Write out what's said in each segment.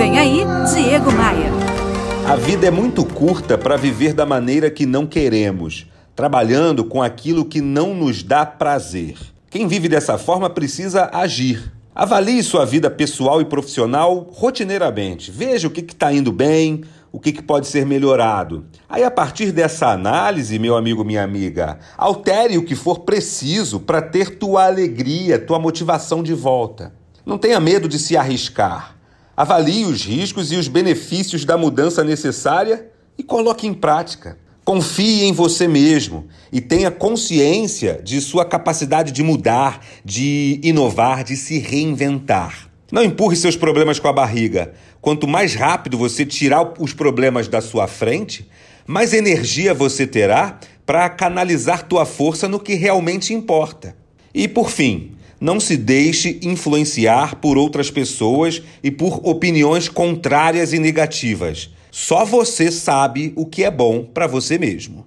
Vem aí, Diego Maia. A vida é muito curta para viver da maneira que não queremos, trabalhando com aquilo que não nos dá prazer. Quem vive dessa forma precisa agir. Avalie sua vida pessoal e profissional rotineiramente. Veja o que está indo bem, o que pode ser melhorado. Aí, a partir dessa análise, meu amigo, minha amiga, altere o que for preciso para ter tua alegria, tua motivação de volta. Não tenha medo de se arriscar. Avalie os riscos e os benefícios da mudança necessária e coloque em prática. Confie em você mesmo e tenha consciência de sua capacidade de mudar, de inovar, de se reinventar. Não empurre seus problemas com a barriga. Quanto mais rápido você tirar os problemas da sua frente, mais energia você terá para canalizar tua força no que realmente importa. E, por fim, não se deixe influenciar por outras pessoas e por opiniões contrárias e negativas. Só você sabe o que é bom para você mesmo.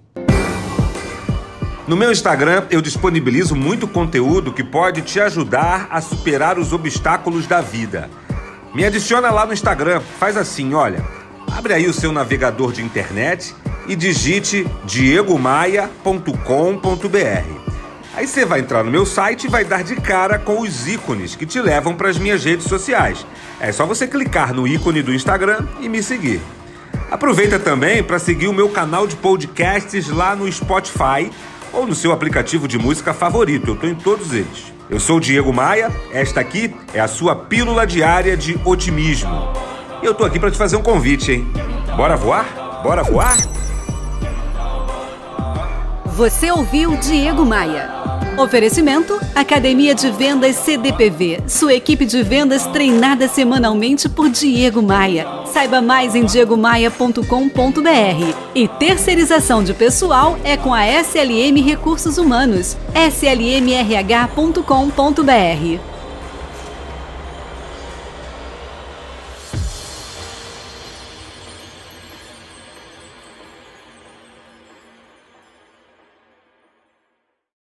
No meu Instagram, eu disponibilizo muito conteúdo que pode te ajudar a superar os obstáculos da vida. Me adiciona lá no Instagram, faz assim, olha, abre aí o seu navegador de internet e digite diegomaia.com.br. Aí você vai entrar no meu site e vai dar de cara com os ícones que te levam para as minhas redes sociais. É só você clicar no ícone do Instagram e me seguir. Aproveita também para seguir o meu canal de podcasts lá no Spotify ou no seu aplicativo de música favorito. Eu estou em todos eles. Eu sou o Diego Maia, esta aqui é a sua pílula diária de otimismo. E eu estou aqui para te fazer um convite, hein? Bora voar? Bora voar? Você ouviu Diego Maia. Oferecimento: Academia de Vendas CDPV. Sua equipe de vendas treinada semanalmente por Diego Maia. Saiba mais em diegomaia.com.br. E terceirização de pessoal é com a SLM Recursos Humanos. slmrh.com.br.